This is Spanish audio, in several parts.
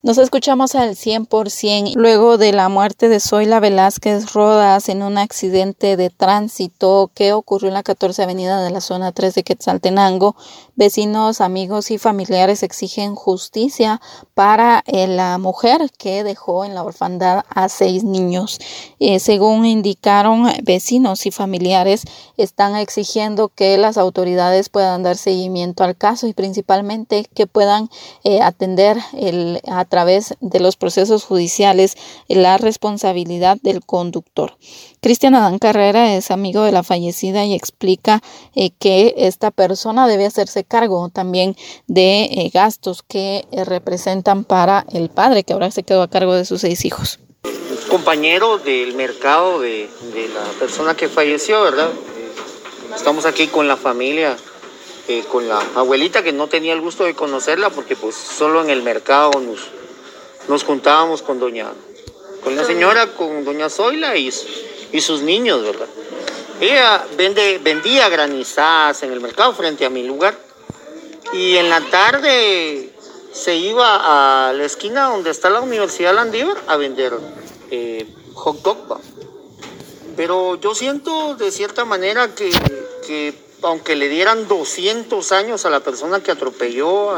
Nos escuchamos al 100% luego de la muerte de Zoila Velázquez Rodas en un accidente de tránsito que ocurrió en la 14 Avenida de la zona 3 de Quetzaltenango. Vecinos, amigos y familiares exigen justicia para la mujer que dejó en la orfandad a 6 niños. Según indicaron vecinos y familiares, están exigiendo que las autoridades puedan dar seguimiento al caso y principalmente que puedan atender a través de los procesos judiciales la responsabilidad del conductor. Cristian Adán Carrera es amigo de la fallecida y explica que esta persona debe hacerse cargo también de gastos que representan para el padre, que ahora se quedó a cargo de sus 6 hijos. Compañero del mercado de la persona que falleció, ¿verdad? Estamos aquí con la familia, con la abuelita, que no tenía el gusto de conocerla porque pues solo en el mercado nos juntábamos con la señora, con doña Zoila y sus niños, ¿verdad? Ella vendía granizadas en el mercado frente a mi lugar y en la tarde se iba a la esquina donde está la Universidad Landívar a vender hot dog, ¿va? Pero yo siento de cierta manera que aunque le dieran 200 años a la persona que atropelló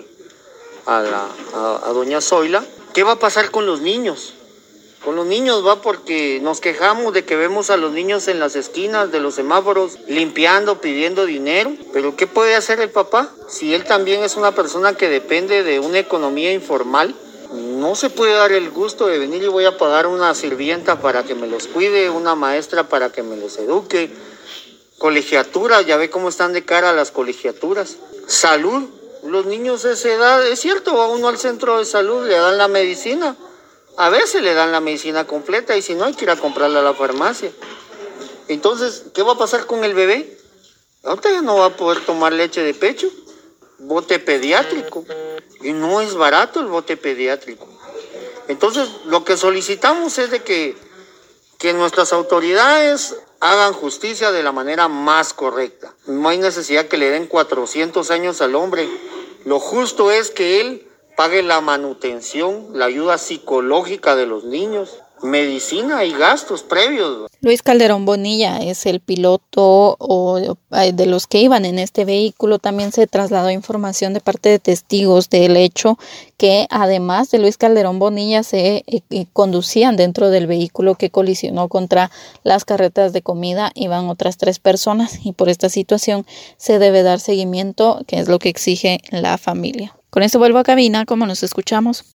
a doña Zoila, ¿qué va a pasar con los niños? Con los niños, va, porque nos quejamos de que vemos a los niños en las esquinas de los semáforos limpiando, pidiendo dinero, pero ¿qué puede hacer el papá? Si él también es una persona que depende de una economía informal, no se puede dar el gusto de venir y voy a pagar una sirvienta para que me los cuide, una maestra para que me los eduque, colegiatura, ya ve cómo están de cara las colegiaturas, salud, los niños de esa edad, es cierto, va uno al centro de salud, le dan la medicina, a veces le dan la medicina completa y si no hay que ir a comprarla a la farmacia. Entonces, ¿qué va a pasar con el bebé? Ahorita ya no va a poder tomar leche de pecho, bote pediátrico, y no es barato el bote pediátrico. Entonces, lo que solicitamos es de que nuestras autoridades hagan justicia de la manera más correcta. No hay necesidad que le den 400 años al hombre. Lo justo es que él pague la manutención, la ayuda psicológica de los niños, medicina y gastos previos. Luis Calderón Bonilla es el piloto de los que iban en este vehículo. También se trasladó información de parte de testigos del hecho que además de Luis Calderón Bonilla se conducían dentro del vehículo que colisionó contra las carretas de comida. Iban otras 3 personas y por esta situación se debe dar seguimiento, que es lo que exige la familia. Con esto vuelvo a cabina, como nos escuchamos.